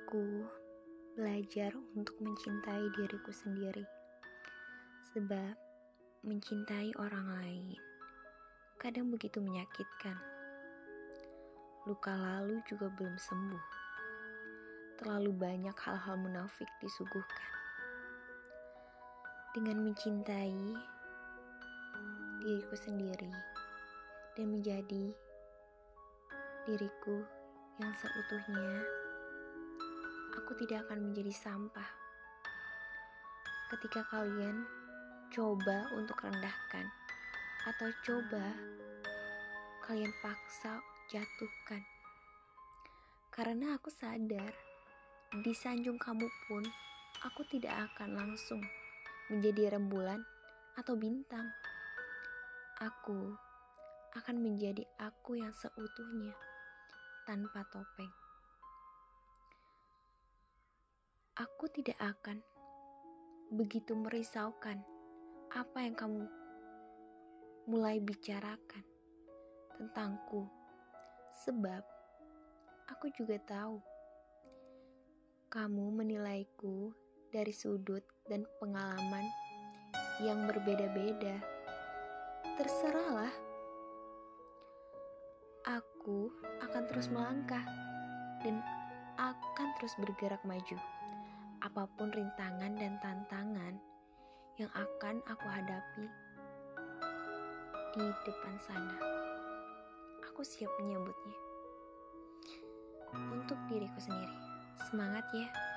Aku belajar untuk mencintai diriku sendiri, sebab mencintai orang lain kadang begitu menyakitkan. Luka lalu juga belum sembuh. Terlalu banyak hal-hal munafik disuguhkan. Dengan mencintai diriku sendiri dan menjadi diriku yang seutuhnya, aku tidak akan menjadi sampah. Ketika kalian coba untuk rendahkan atau coba kalian paksa jatuhkan, karena aku sadar di sanjung kamu pun aku tidak akan langsung menjadi rembulan atau bintang. Aku akan menjadi aku yang seutuhnya tanpa topeng. Aku tidak akan begitu merisaukan apa yang kamu mulai bicarakan tentangku, sebab aku juga tahu kamu menilaiku dari sudut dan pengalaman yang berbeda-beda. Terserahlah, aku akan terus melangkah dan akan terus bergerak maju. Apapun rintangan dan tantangan yang akan aku hadapi di depan sana, aku siap menyambutnya. Untuk diriku sendiri, semangat ya!